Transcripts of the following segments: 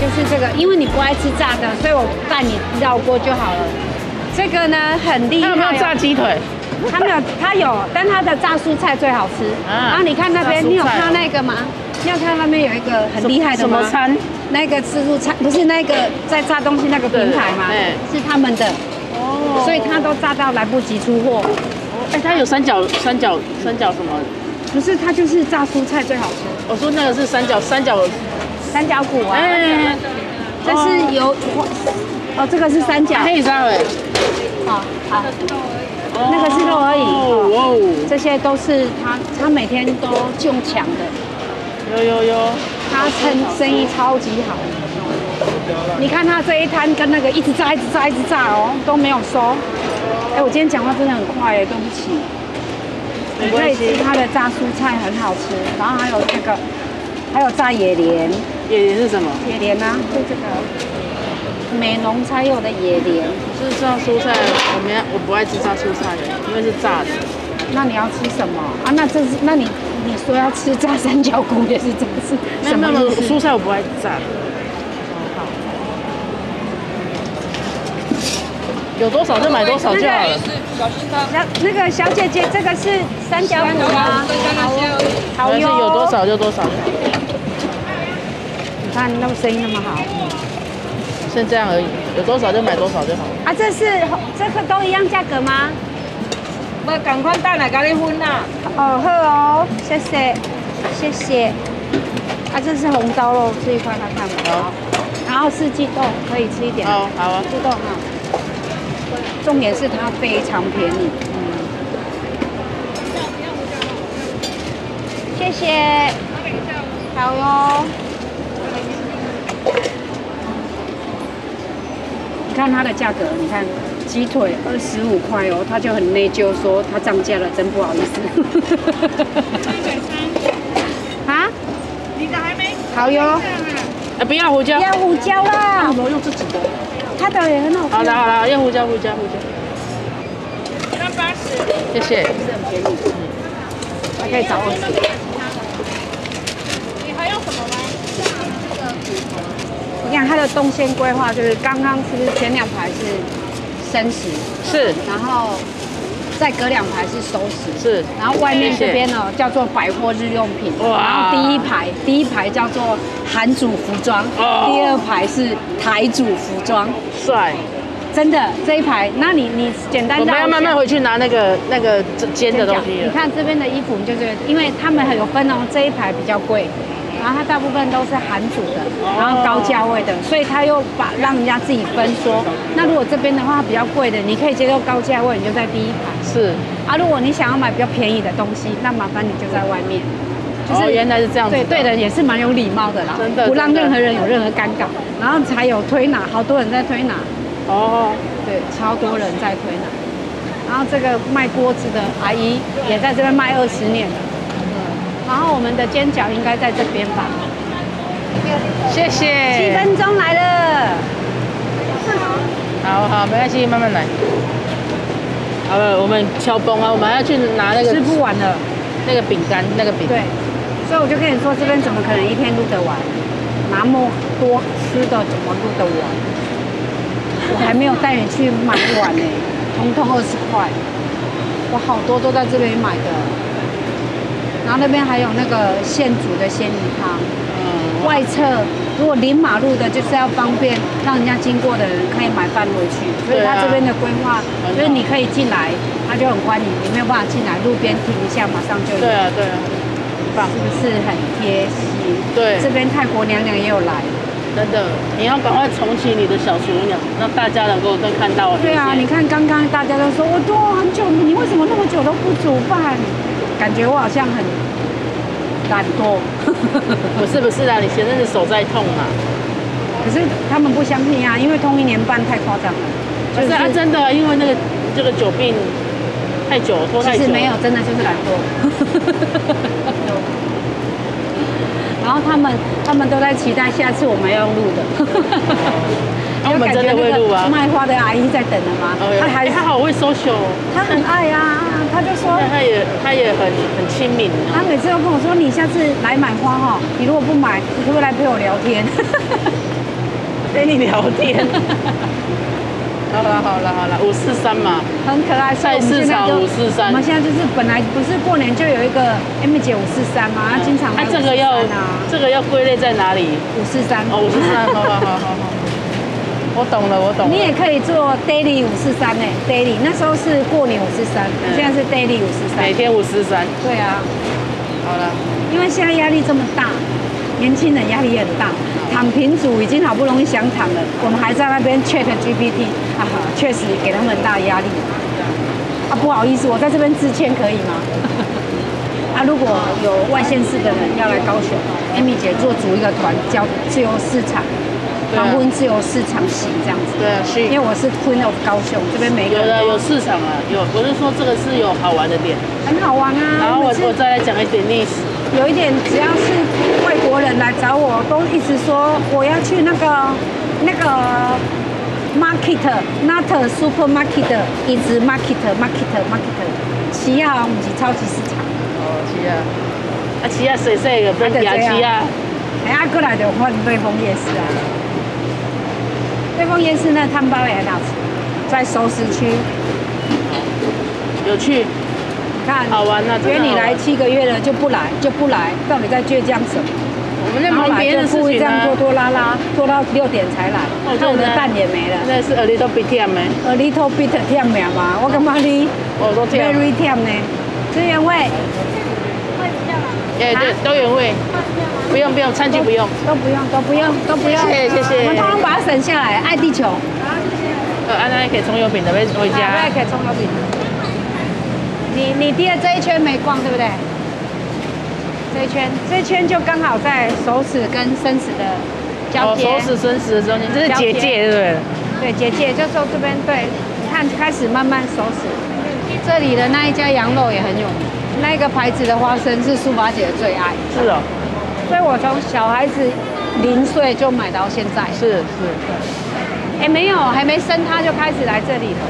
就是这个，因为你不爱吃炸的，所以我带你绕过就好了。这个呢很厉害、 有没有炸鸡腿？ 它没有，它有，但它的炸蔬菜最好吃。然后你看那边，你有看到那个吗？你有看到那边有一个很厉害的吗？ 什么餐？ 那个自助餐不是那个在炸东西那个平台吗？是他们的。哦。所以它都炸到来不及出货。 哎，它有三角什么？ 不是，它就是炸蔬菜最好吃。 我说那个是三角骨啊。哎。这是有哦，这个是三角。 可以炸哎。 好。那个是肉而已。哦。这些都是他每天都用抢的。 有。 他生意超级好。你看他这一摊跟那个一直炸哦，都没有收。哎，我今天讲话真的很快哎，对不起。你可以吃他的炸蔬菜，很好吃。然后还有这个，还有炸野莲。 野莲是什么？ 野莲啊，就这个美浓才有的野莲。 是炸蔬菜，我不爱吃炸蔬菜的，因为是炸的。 那你要吃什么啊？那你说要吃炸三角骨也是这个是什么意思？ 蔬菜我不爱炸的。 好。 有多少就买多少就好了。 那个小姐姐，这个是三角骨吗？好哟。 有多少就多少。 你看那个生意那么好。 先这样而已，有多少就买多少就好了。 啊，这个都一样价格吗？ 我赶快带来给你分啦。 哦，好哦，谢谢。啊，这是红烧肉，吃一块看看吧。好。然后四季豆可以吃一点。 好啊。 四季豆哈。重点是它非常便宜。谢谢。好哟。你看它的价格，你看鸡腿25块哦，他就很内疚说它涨价了，真不好意思。啊？ 你的还没？ 好哟。 不要胡椒。 要胡椒啦。 我用自己的。 它的也很好吃。 好了，要胡椒。 那80。 谢谢。 是很便宜。还可以找20。 你还要什么吗？ 你看它的动线规划，就是刚刚是不是前2排是生食？ 是。 然后再隔2排是熟食。 是。 然后外面这边呢叫做百货日用品。哇。然后第一排叫做韩族服装，第2排是台主服装。 帅。 真的这一排，那你简单。 我们要慢慢回去拿那个煎的东西。 你看这边的衣服，你就觉得，因为他们有分哦，这一排比较贵。然后它大部分都是韩族的，然后高价位的，所以他又让人家自己分说，那如果这边的话比较贵的，你可以接受高价位，你就在第1排。 是。 啊，如果你想要买比较便宜的东西，那麻烦你就在外面。 就是原来是这样子。 对的，也是蛮有礼貌的啦， 真的。 不让任何人有任何尴尬，然后才有推拿，好多人在推拿。 哦。对， 超多人在推拿。然后这个卖锅子的阿姨也在这边卖20年了。然后我们的煎饺应该在这边吧？ 谢谢。 7分钟来了。 好，没关系，慢慢来。好了，我们敲崩啊，我们还要去拿那个。 吃不完了。 那个饼干，那个饼。 对。所以我就跟你说，这边怎么可能一天录得完？那么多吃的怎么录得完？我还没有带你去买碗呢，通通20块。我好多都在这边买的。然后那边还有那个现煮的鲜鱼汤，外侧如果临马路的，就是要方便让人家经过的人可以买饭回去，所以他这边的规划就是你可以进来，他就很欢迎；你没有办法进来，路边停一下，马上就有。 对啊，很棒， 是不是很贴心？ 对， 这边泰国娘娘也有来。 真的，你要赶快重启你的小厨娘，让大家能够再看到。 对啊，你看刚刚大家都说我做很久，你为什么那么久都不煮饭？感觉我好像很懒惰。 不是啊，你前阵子手在痛嘛。 可是他们不相信啊，因为痛1年半太夸张了。 就是啊，真的，因为这个久病太久，拖太久。 其实没有，真的就是懒惰。然后他们都在期待下次我们要用录的。 我们真的会录啊！ 卖花的阿姨在等了吗？ 他好会 social， 他很爱啊，他就说他也很亲民。 他每次都跟我说，你下次来买花哈，你如果不买，你可不可以来陪我聊天？ 跟你聊天。好了，543嘛， 很可爱。所以菜市场543。 我们现在就是本来不是过年就有一个 M 姐543吗？她经常来这个要归类在哪里 ？543。 哦，543，好。我懂了。 你也可以做 daily 543呢 ，daily 那时候是过年543，现在是 daily 543， 每天543。 对啊， 好了， 因为现在压力这么大，年轻人压力也很大，躺平族已经好不容易想躺了，我们还在那边 Chat GPT 啊，确实给他们很大压力。啊，不好意思，我在这边自签可以吗？啊，如果有外县市的人要来高雄，Amy 姐做组一个团，叫自由市场。黄昏自由市场行这样子， 对啊，去。 因为我是 Queen of 高雄这边每个有市场啊，我是说这个是有好玩的点， 很好玩啊。 然后我再来讲一点历史， 有一点只要是外国人来找我，都一直说我要去那个 market，not supermarket， is market。旗亚好像不是超级市场。 哦，旗亚细细个，不是亚旗亚。 哎，过来就换瑞丰夜市啊。瑞丰夜市那汤包也很好吃，在熟食区。 有趣， 看好玩啊！ 约你来7个月了就不来，到底在倔强什么？ 我们那旁边的事情这样拖拉拉，拖到6点才来，看我的蛋也没了。 那是 a little bit 甜的 ，a little bit 甜呀嘛，我感觉你都甜 very 甜呢。支原味。 对，都原味。不用，餐具不用， 都不用。 谢谢。 我们通通把它省下来，爱地球。 安娜可以葱油饼的回家。 可以葱油饼。你第二这一圈没逛，对不对？这一圈就刚好在熟食跟生食的交接。 熟食生食的中间，这是结界，对不对？ 对，结界就说这边对，你看开始慢慢熟食。这里的那一家羊肉也很有名，那个牌子的花生是苏法姐的最爱。 是哦。 所以我从小孩子0岁就买到现在。 是。 哎，没有，还没生他就开始来这里了。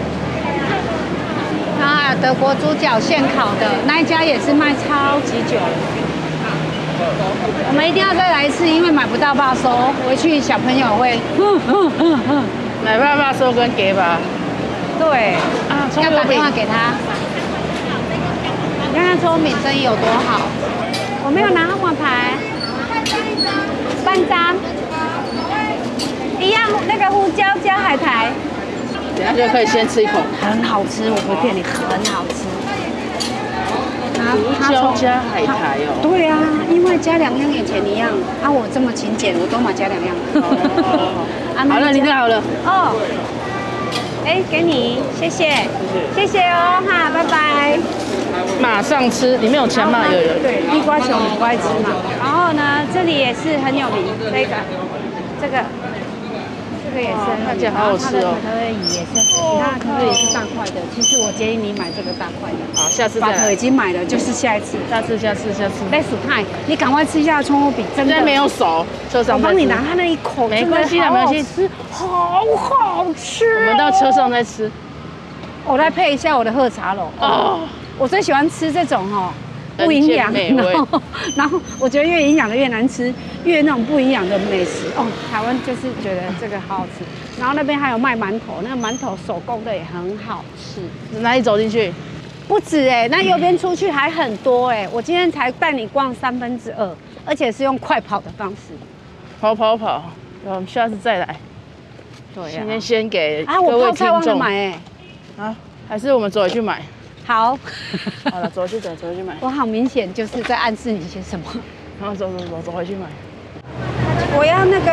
啊，德国猪脚现烤的那一家也是卖超级久了。我们一定要再来一次，因为买不到霸收，回去小朋友会买霸收跟给吧。 对啊，要打电话给他。你看看聪明生意有多好。我没有拿号码牌。半张。一样那个胡椒加海苔。 等下就可以先吃一口。 很好吃，我不会骗你，很好吃。 胡椒加海苔哦。 对啊，因为加2样以前一样啊，我这么勤俭，我都买加2样。 好了，你就好了。 哦。哎，给你，谢谢哦，哈，拜拜。 马上吃，里面有钱吗？有。 对，地瓜球你不爱吃嘛？然后呢，这里也是很有名，这个也是很有名， 看起来好好吃哦。 可以也是，其他可以也是大块的。其实我建议你买这个大块的。 好，下次再来。 已经买了，就是下一次。 下次。 在薯太，你赶快吃一下葱油饼，真的没有熟，车上我帮你拿它那一口， 没关系，没关系， 好好吃。 我们到车上再吃。 我来配一下我的喝茶楼哦，我最喜欢吃这种不营养，然后我觉得越营养的越难吃，越那种不营养的美食哦。台湾就是觉得这个好好吃，然后那边还有卖馒头，那个馒头手工的也很好吃。 哪里走进去？ 不止哎，那右边出去还很多哎，我今天才带你逛2/3，而且是用快跑的方式。 跑，我们下次再来。对呀。今天先给各位听众。 我泡菜忘了买哎。 啊，还是我们走回去买。 好。 好了，走回去买。 我好明显就是在暗示你些什么。 然后走回去买。 我要那个，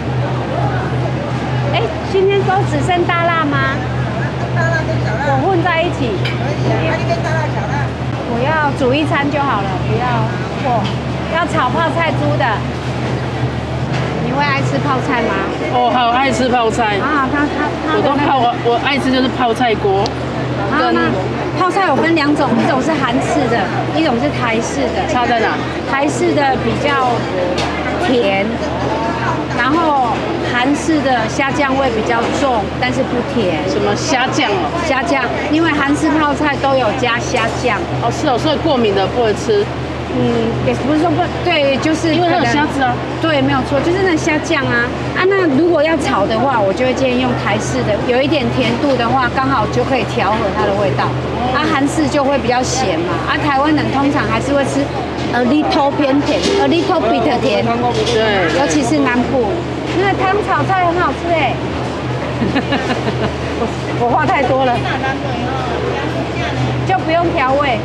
哎，今天都只剩大辣吗？大辣跟小辣。我混在一起。可以，跟大辣小辣。我要煮一餐就好了，不要要炒泡菜猪的。你会爱吃泡菜吗？ 哦，好爱吃泡菜啊！ 我都我爱吃就是泡菜锅。 泡菜有分2种，一种是韩式的，一种是台式的。 差在哪？ 台式的比较甜，然后韩式的虾酱味比较重，但是不甜。 什么虾酱哦？ 虾酱，因为韩式泡菜都有加虾酱。 哦，是哦，所以过敏的不能吃。 也不是说不对，就是因为它有可能虾子啊。 对，没有错，就是那虾酱啊啊。那如果要炒的话，我就会建议用台式的，有一点甜度的话，刚好就可以调和它的味道。啊，韩式就会比较咸嘛，啊，台湾人通常还是会吃a little 偏甜，a little bit 甜， 对， 尤其是南部，那个汤炒菜很好吃哎。我话太多了，就不用调味。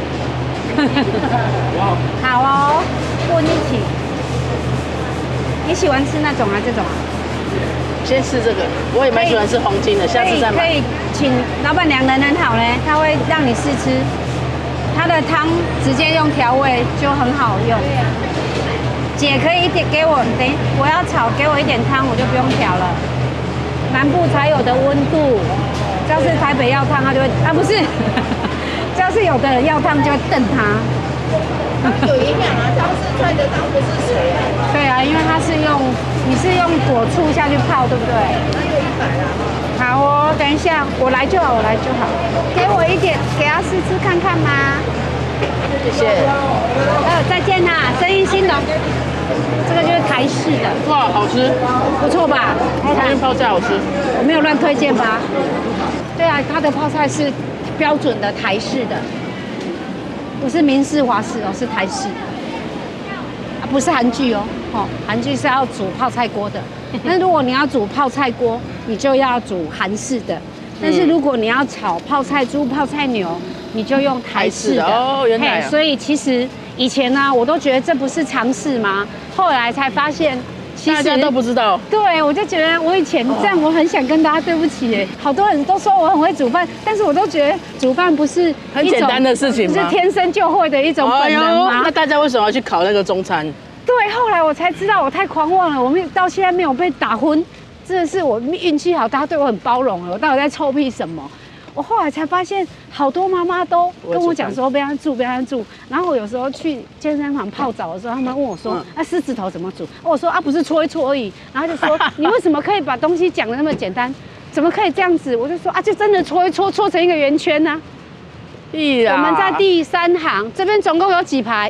好哦，混一起。你喜欢吃那种啊？这种啊？ 先试这个，我也蛮喜欢吃黄金的，下次再买。 可以请老板娘人很好嘞，她会让你试吃。它的汤直接用调味就很好用。姐可以一点给我，等我要炒，给我一点汤，我就不用调了。南部才有的温度，要是台北要汤，他就会啊不是，要是有的人要汤就会瞪他。 有营养啊，汤是菜的汤，不是水啊。 对啊，因为它是你是用果醋下去泡，对不对？ 那就100啦。 好哦，等一下我来就好，我来就好。给我一点，给他试吃看看吗？ 谢谢。 再见啦，生意兴隆。这个就是台式的， 哇，好吃， 不错吧？ 台湾泡菜好吃。 我没有乱推荐吧？对啊，它的泡菜是标准的台式的，不是民式华式哦，是台式。啊，不是韩剧哦，韩剧是要煮泡菜锅的。那如果你要煮泡菜锅，你就要煮韩式的。但是如果你要炒泡菜猪、泡菜牛，你就用台式的。 哦，原来啊。 所以其实以前呢，我都觉得这不是常识吗？后来才发现，其实大家都不知道。 对，我就觉得我以前这样，我很想跟大家对不起耶。好多人都说我很会煮饭，但是我都觉得煮饭不是很简单的事情吗？ 是天生就会的一种本能吗？ 那大家为什么要去考那个中餐？ 对，后来我才知道我太狂妄了，我到现在没有被打昏，真的是我运气好，大家对我很包容了。我到底在臭屁什么？我后来才发现，好多妈妈都跟我讲说不要煮，不要煮。然后我有时候去健身房泡澡的时候，他们问我说：“啊，狮子头怎么煮？”我说：“啊，不是搓一搓而已。”然后就说：“你为什么可以把东西讲得那么简单？怎么可以这样子？”我就说：“啊，就真的搓一搓，搓成一个圆圈呢。”我们在第3行，这边总共有几排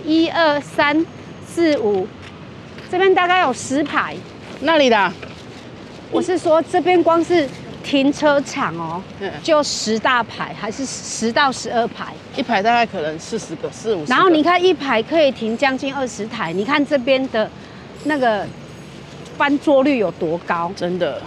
？1、2、3、4、5，这边大概有10排。 那里的？ 我是说这边光是停车场哦，就10大排，还是10到12排？ 一排大概可能40个、40、50个。 然后你看一排可以停将近20台，你看这边的那个翻桌率有多高？ 真的，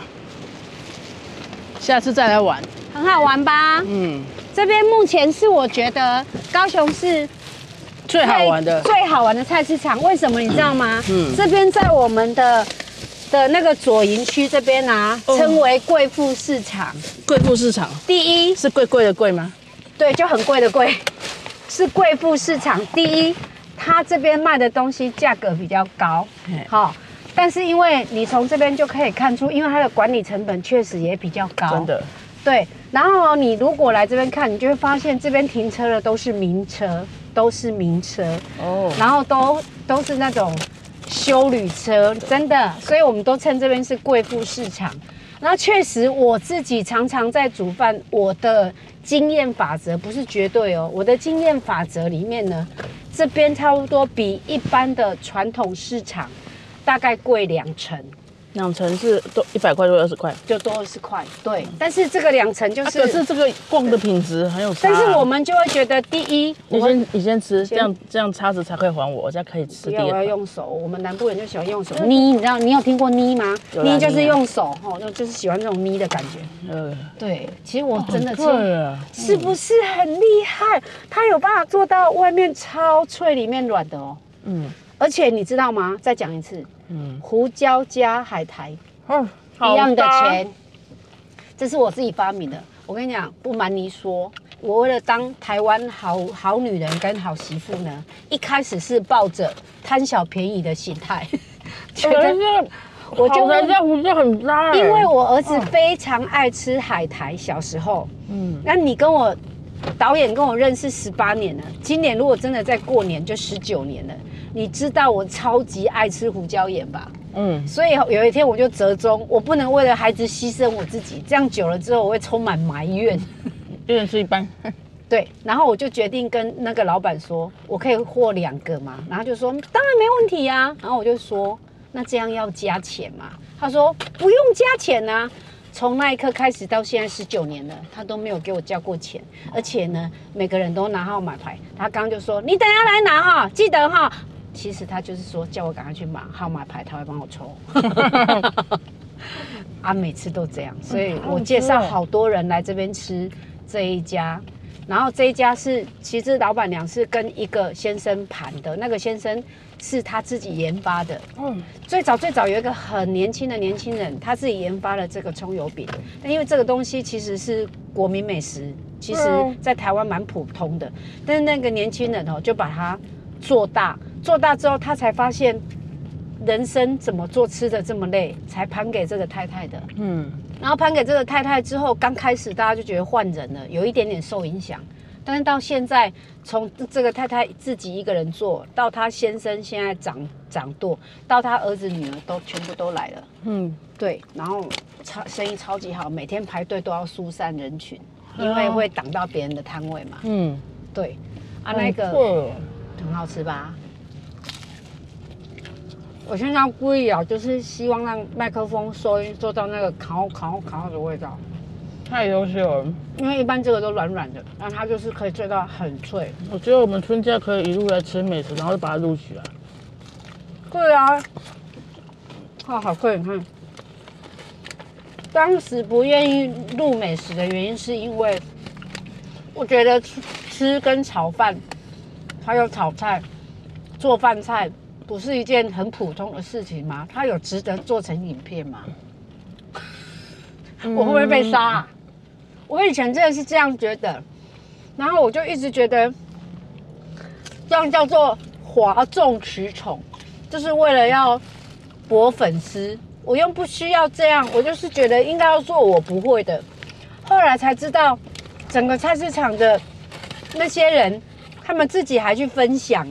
下次再来玩， 很好玩吧？嗯，这边目前是我觉得高雄市最好玩的菜市场。为什么你知道吗？这边在我们的那个左营区这边啊，称为贵妇市场。 贵妇市场， 第一是贵贵的贵吗？ 对，就很贵的贵，是贵妇市场。第一，它这边卖的东西价格比较高，好，但是因为你从这边就可以看出，因为它的管理成本确实也比较高， 真的。 对，然后你如果来这边看，你就会发现这边停车的都是名车，哦，然后都是那种休旅车，真的，所以我们都称这边是贵妇市场。然后确实我自己常常在煮饭，我的经验法则不是绝对哦，我的经验法则里面呢，这边差不多比一般的传统市场大概贵2成。 2成是都100块多20块， 就多20块，对。但是这个2成就是， 可是这个逛的品质很有差。 但是我们就会觉得，第一， 你先吃，这样叉子才可以还我，我才可以吃。 不要，我要用手。我们南部人就喜欢用手捏，你知道你有听过捏吗？捏就是用手，就是喜欢这种捏的感觉。对，其实我真的是不是很厉害？它有办法做到外面超脆，里面软的哦。而且你知道吗？再讲一次。胡椒加海苔，一样的钱，这是我自己发明的。我跟你讲，不瞒你说，我为了当台湾好女人跟好媳妇呢，一开始是抱着贪小便宜的心态，觉得我就这胡椒很渣， 因为我儿子非常爱吃海苔，小时候，那你跟我导演跟我认识18年了，今年如果真的在过年就19年了。你知道我超级爱吃胡椒盐吧？所以有一天我就折中，我不能为了孩子牺牲我自己，这样久了之后我会充满埋怨。 一人吃一半。 对，然后我就决定跟那个老板说，我可以和2个吗？然后就说当然没问题啊。然后我就说那这样要加钱吗？他说不用加钱啊。从那一刻开始到现在19年了，他都没有给我交过钱，而且呢，每个人都拿号码牌。他刚刚就说你等一下来拿哈，记得哈。其实他就是说叫我赶快去买号码牌，他会帮我抽。啊，每次都这样，所以我介绍好多人来这边吃这一家。然后这一家是，其实老板娘是跟一个先生盘的，那个先生是他自己研发的。最早有一个很年轻的年轻人，他自己研发了这个葱油饼。但因为这个东西其实是国民美食，其实在台湾蛮普通的。但是那个年轻人就把它做大之后，他才发现人生怎么做吃的这么累，才盘给这个太太的。然后盘给这个太太之后，刚开始大家就觉得换人了，有一点点受影响。但是到现在，从这个太太自己一个人做，到她先生现在掌舵，到她儿子女儿都全部都来了。对，然后生意超级好，每天排队都要疏散人群，因为会挡到别人的摊位嘛。对，啊，那个很好吃吧？我现在要故意就是希望让麦克风收音做到那个烤的味道， 太优秀了。 因为一般这个都软软的，然后它就是可以做到很脆。 我觉得我们春假可以一路来吃美食，然后就把它录起来。 对啊，好贵！你看，当时不愿意录美食的原因是因为我觉得吃跟炒饭，还有炒菜、做饭菜。不是一件很普通的事情吗？它有值得做成影片吗？我会不会被杀啊？我以前真的是这样觉得，然后我就一直觉得这样叫做哗众取宠，就是为了要博粉丝。我又不需要这样，我就是觉得应该要做我不会的。后来才知道，整个菜市场的那些人，他们自己还去分享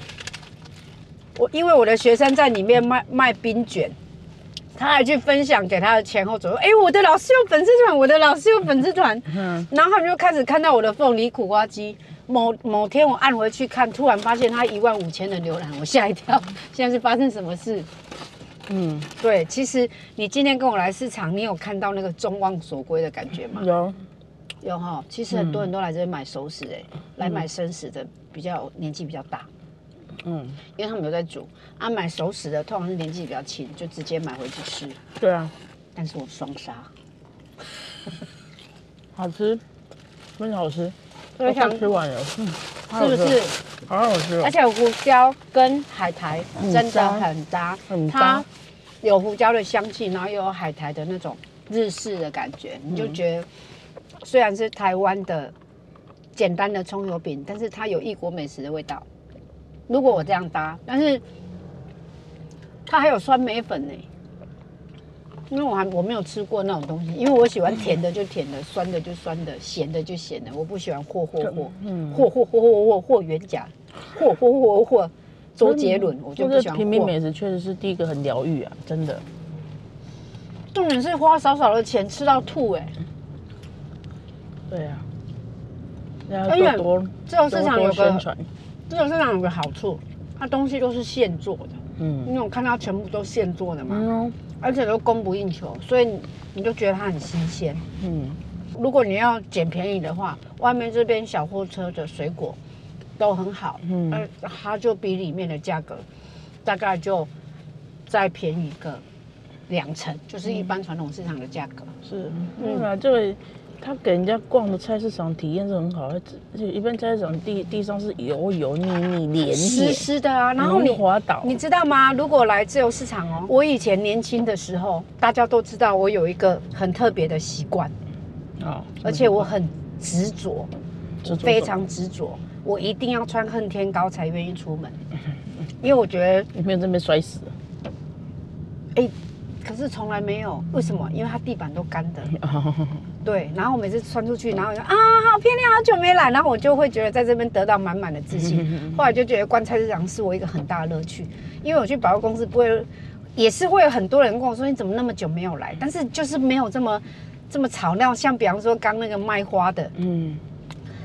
因为我的学生在里面卖冰卷，他还去分享给他的前后左右。我的老师有粉丝团，我的老师有粉丝团。然后他们就开始看到我的凤梨苦瓜鸡。某天我按回去看，突然发现它15000的浏览，我吓一跳。现在是发生什么事？对，其实你今天跟我来市场，你有看到那个众望所归的感觉吗？有哈。其实很多人都来这边买熟食来买生食的年纪比较大。因为他们有在煮啊，买熟食的通常是年纪比较轻，就直接买回去吃。 对啊， 但是我双杀， 好吃，真的好吃。 我想吃完了， 是不是？ 好好吃哦！ 而且胡椒跟海苔真的很搭，它有胡椒的香气，然后又有海苔的那种日式的感觉，你就觉得虽然是台湾的简单的葱油饼，但是它有异国美食的味道。如果我这样搭，但是它还有酸梅粉因为我没有吃过那种东西，因为我喜欢甜的就甜的，酸的就酸的，咸的就咸的，我不喜欢和元甲，和周杰伦，我就不喜欢和。 平民美食确实是第一个很疗愈啊，真的。 重点是花少少的钱吃到吐对啊。 而且这种市场有宣传。 这种市场有个好处，它东西都是现做的。因为我看它全部都现做的嘛，而且都供不应求，所以你就觉得它很新鲜。如果你要捡便宜的话，外面这边小货车的水果都很好，它就比里面的价格大概就再便宜个2成，就是一般传统市场的价格。 是，这个他给人家逛的菜市场体验是很好，而且一般菜市场地上是油腻黏湿的啊，然后你滑倒， 你知道吗？如果来自由市场我以前年轻的时候，大家都知道我有一个很特别的习惯而且我很执着，非常执着，我一定要穿恨天高才愿意出门，因为我觉得你没有这边摔死可是从来没有，为什么？因为它地板都干的。对，然后我每次穿出去，然后就好漂亮，好久没来，然后我就会觉得在这边得到满满的自信。后来就觉得逛菜市场是我一个很大的乐趣，因为我去百货公司也是会有很多人跟我说你怎么那么久没有来，但是就是没有这么吵闹。像比方说刚那个卖花的，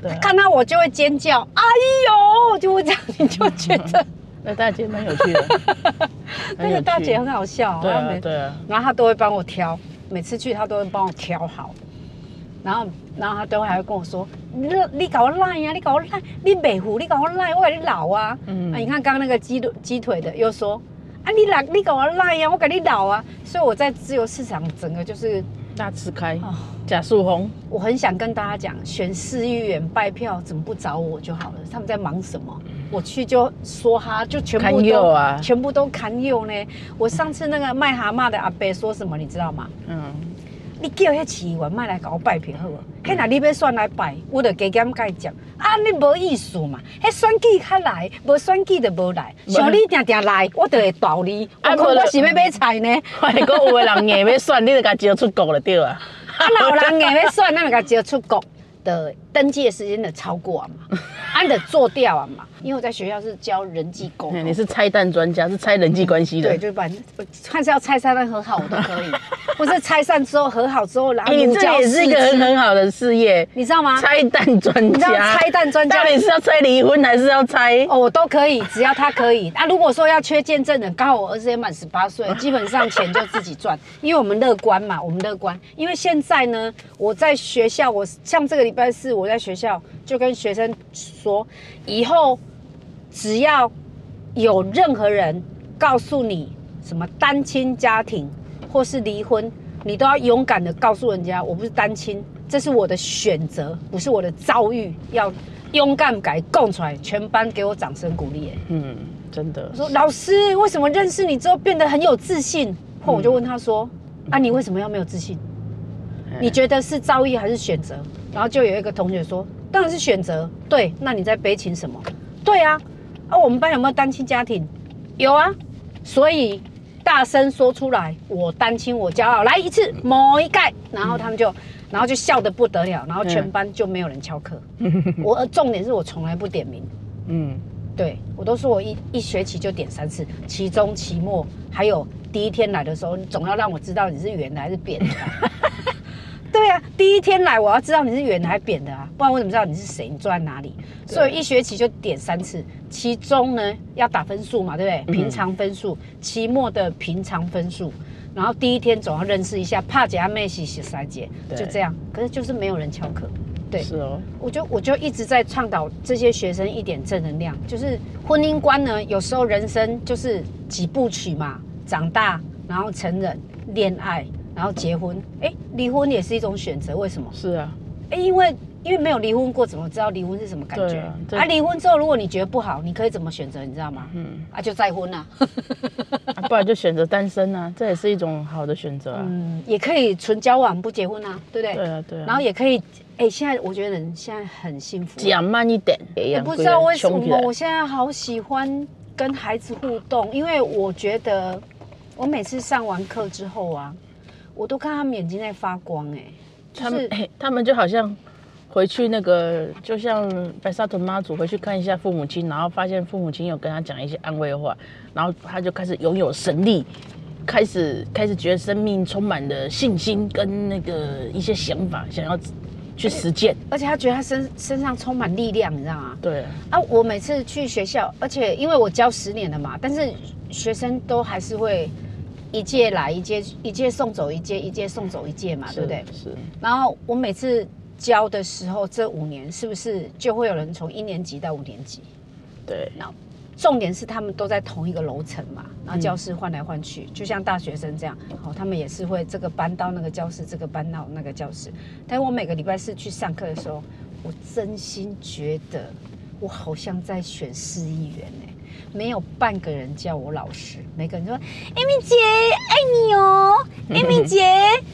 对啊看到我就会尖叫，哎呦，就会这样，你就觉得那大姐蛮有趣的， 那个大姐很好笑。 对然后啊对啊， 然后她都会帮我挑，每次去她都会帮我挑好。然后她都还会跟我说，你搞我赖呀，你搞我赖，你美糊，你搞我赖，我给你老啊。你看刚刚那个鸡腿的又说，啊你搞我赖呀，我给你老啊。所以我在自由市场整个就是大吃开，假树红。 我很想跟大家讲，选市议员拜票怎么不找我就好了？他们在忙什么？我去就说哈，就全部堪忧啊全部都堪忧呢。我上次那个卖蛤蟆的阿伯说什么，你知道吗？你叫迄市议员卖来搞我拜票好无？迄若你要选来拜，我就加减甲伊讲，啊，你无意思嘛？迄选举较来，无选举就无来。像你定定来，我就会道你。我讲我是要买菜呢。 还讲有的人硬要选，你就甲招出国就对啊。 啊，老人硬要选，咱就甲招出国的登记的时间就超过啊嘛，按的做掉啊嘛。因为我在学校是教人际沟通， 你是拆弹专家，是拆人际关系的。 对，就是看是要拆散和好我都可以，或是拆散之后和好之后，然后你这也是一个很好的事业， 你知道吗？ 拆弹专家， 你知道拆弹专家到底是要拆离婚还是要拆？ 哦，我都可以，只要他可以。啊，如果说要缺见证人，刚好我儿子也满18岁，基本上钱就自己赚，因为我们乐观嘛，我们乐观。因为现在呢，我在学校，我像这个礼拜4，我在学校就跟学生说，以后只要有任何人告诉你什么单亲家庭或是离婚，你都要勇敢的告诉人家，我不是单亲，这是我的选择，不是我的遭遇，要勇敢改供出来，全班给我掌声鼓励。 真的。 我说老师，为什么认识你之后变得很有自信？后我就问他说，啊，你为什么要没有自信？你觉得是遭遇还是选择？然后就有一个同学说，当然是选择。对，那你在悲情什么？对啊，我们班有没有单亲家庭？有啊，所以大声说出来，我单亲，我骄傲，来一次某一盖，然后他们就笑得不得了，然后全班就没有人翘课。我重点是我从来不点名，对我都说我一学期就点3次，期中、期末，还有第一天来的时候，你总要让我知道你是圆的还是扁的。对啊，第一天来我要知道你是圆的还是扁的啊，不然我怎么知道你是谁？你坐在哪里？所以一学期就点3次，期中呢要打分数嘛，对不对？平常分数，期末的平常分数，然后第一天总要认识一下，帕姐、妹西、3姐，就这样。可是就是没有人翘课，对， 是哦。 我就一直在倡导这些学生一点正能量，就是婚姻观呢，有时候人生就是几部曲嘛，长大，然后成人，恋爱。然后结婚，离婚也是一种选择，为什么？是啊，因为没有离婚过，怎么知道离婚是什么感觉？离婚之后，如果你觉得不好，你可以怎么选择？你知道吗？就再婚啊， 不然就选择单身啊，这也是一种好的选择啊。 也可以纯交往不结婚啊，对不对？ 对啊，对啊。 然后也可以，现在我觉得人现在很幸福， 讲慢一点。 也不知道为什么，我现在好喜欢跟孩子互动，因为我觉得我每次上完课之后啊。我都看他们眼睛在发光他们就好像回去那个，就像白沙屯妈祖回去看一下父母亲，然后发现父母亲有跟他讲一些安慰话，然后他就开始拥有神力，开始觉得生命充满了信心跟那个一些想法，想要去实践， 而且他觉得他身上充满力量，你知道吗？ 对啊，我每次去学校，而且因为我教10年了嘛，但是学生都还是会。一届来一届送走一届送走一届嘛，对不对？ 是。 然后我每次教的时候，这5年是不是就会有人从1年级到5年级？ 对。 然后重点是他们都在同一个楼层嘛，然后教室换来换去，就像大学生这样，他们也是会这个班到那个教室，这个班到那个教室。但是我每个礼拜4去上课的时候，我真心觉得我好像在选市议员没有半个人叫我老师，每个人说：“Amy姐爱你哦，Amy姐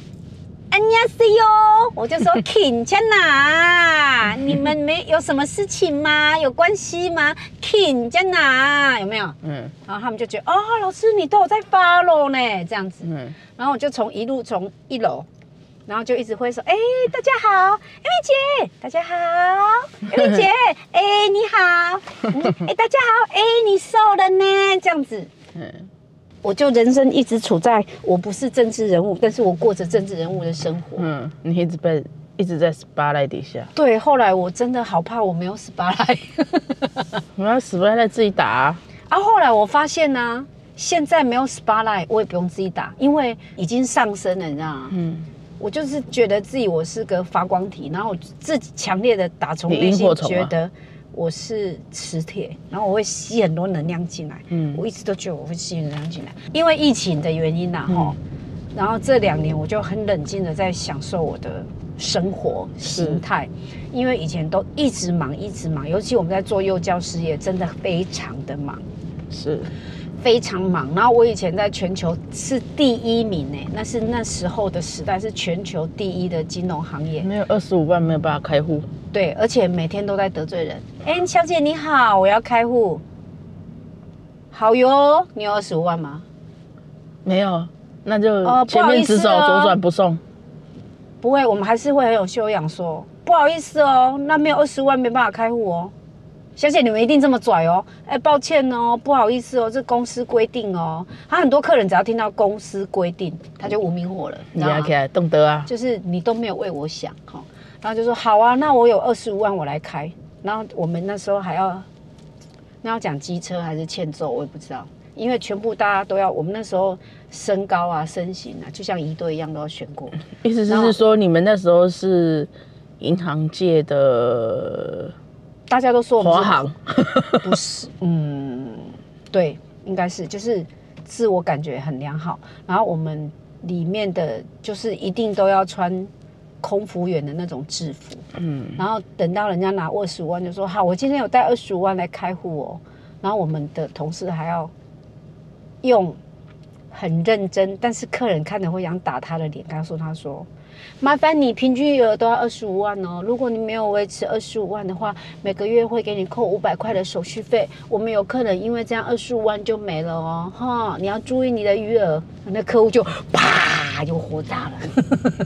안녕하세요。”我就说：“괜찮아，你们有什么事情吗？有关系吗？괜찮아，有没有？”然后他们就觉得：“哦，老师你都有在 follow 呢，这样子。”然后我就从1楼。然后就一直挥手，大家好，Amy姐，大家好，Amy姐，你好，大家好，你瘦了呢，这样子，我就人生一直处在我不是政治人物，但是我过着政治人物的生活， 你一直被一直在 spotlight 底下。 对，后来我真的好怕我没有 spotlight 我要 spotlight 自己打啊。 后来我发现呢、现在没有 spotlight 我也不用自己打，因为已经上升了，你知道吗？我就是觉得自己我是个发光体，然后我自己强烈的打从内心觉得我是磁铁，然后我会吸很多能量进来。我一直都觉得我会吸能量进来，因为疫情的原因然后这2年我就很冷静的在享受我的生活形态，因为以前都一直忙，尤其我们在做幼教事业，真的非常的忙， 是非常忙。然后我以前在全球是第1名那是那时候的时代是全球第1的金融行业， 没有25万没有办法开户。 对，而且每天都在得罪人。小姐你好，我要开户。好哟，你有25万吗？ 没有，那就前面直走左转不送。 不会，我们还是会很有修养说，不好意思哦，那没有20万没办法开户哦。小姐，你们一定这么拽哦？抱歉哦，不好意思哦，这公司规定哦。他很多客人只要听到公司规定，他就无名火了，你知道吗？ 起来，懂得啊， 就是你都没有为我想哈，然后就说好啊，那我有25万我来开。然后我们那时候还要，那要讲机车还是欠揍，我也不知道，因为全部大家都要，我们那时候身高啊、身形啊，就像一队一样都要选过。 意思是说你们那时候是银行界的。 大家都说我们华航不是，对，应该是，就是自我感觉很良好。然后我们里面的就是一定都要穿空服员的那种制服，然后等到人家拿25万就说好，我今天有带25万来开户哦。然后我们的同事还要用很认真，但是客人看着会想打他的脸，他说。麻烦你平均余额都要25万哦。如果你没有维持25万的话，每个月会给你扣500块的手续费。我们有客人因为这样25万就没了哦，哈，你要注意你的余额。那客户就啪就火大了。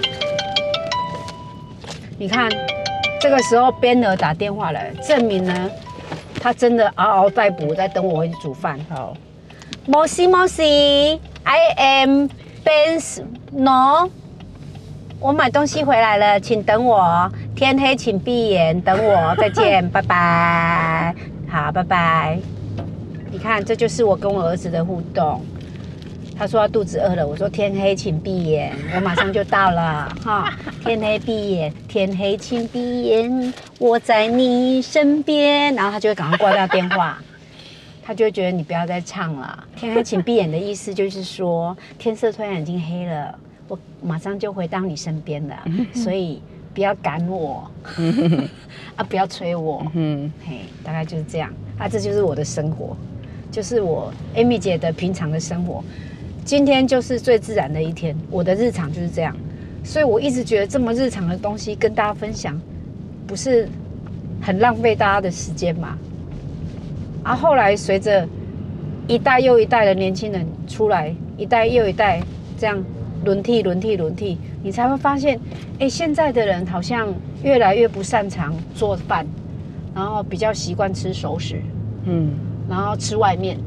你看，这个时候边儿打电话来，证明呢，他真的嗷嗷待哺，在等我回去煮饭。 好， 摩西 ，I am Ben No。我买东西回来了，请等我。天黑请闭眼，等我。再见，拜拜。好，拜拜。你看，这就是我跟我儿子的互动。他说他肚子饿了，我说天黑请闭眼，我马上就到了哈。天黑闭眼，天黑请闭眼，我在你身边。然后他就会赶快挂掉电话，他就会觉得你不要再唱了。天黑请闭眼的意思就是说，天色突然已经黑了。我马上就回到你身边了，所以不要赶我不要催我，大概就是这样这就是我的生活，就是我 Amy 姐的平常的生活。今天就是最自然的一天，我的日常就是这样，所以我一直觉得这么日常的东西跟大家分享，不是很浪费大家的时间嘛？后来随着一代又一代的年轻人出来，一代又一代这样。轮替，你才会发现，现在的人好像越来越不擅长做饭，然后比较习惯吃熟食，然后吃外面，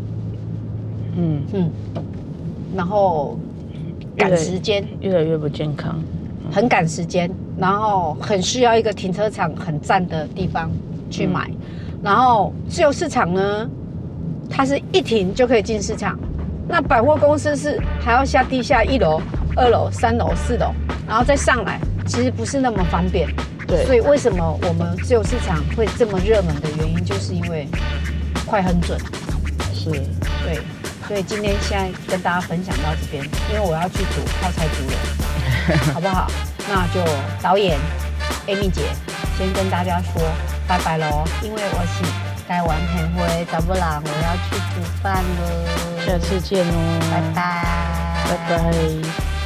然后赶时间， 越来越不健康， 很赶时间，然后很需要一个停车场很赞的地方去买，然后自由市场呢，它是一停就可以进市场。那百货公司是还要下地下1楼、2楼、3楼、4楼，然后再上来，其实不是那么方便。 对， 所以为什么我们自由市场会这么热门的原因，就是因为快很准。 是， 对，所以今天现在跟大家分享到这边，因为我要去煮泡菜猪了，好不好？那就导演 Amy 姐先跟大家说拜拜喽，因为我是台湾很会找不郎，我要去煮饭了。 下次见哦， 拜拜， 拜拜。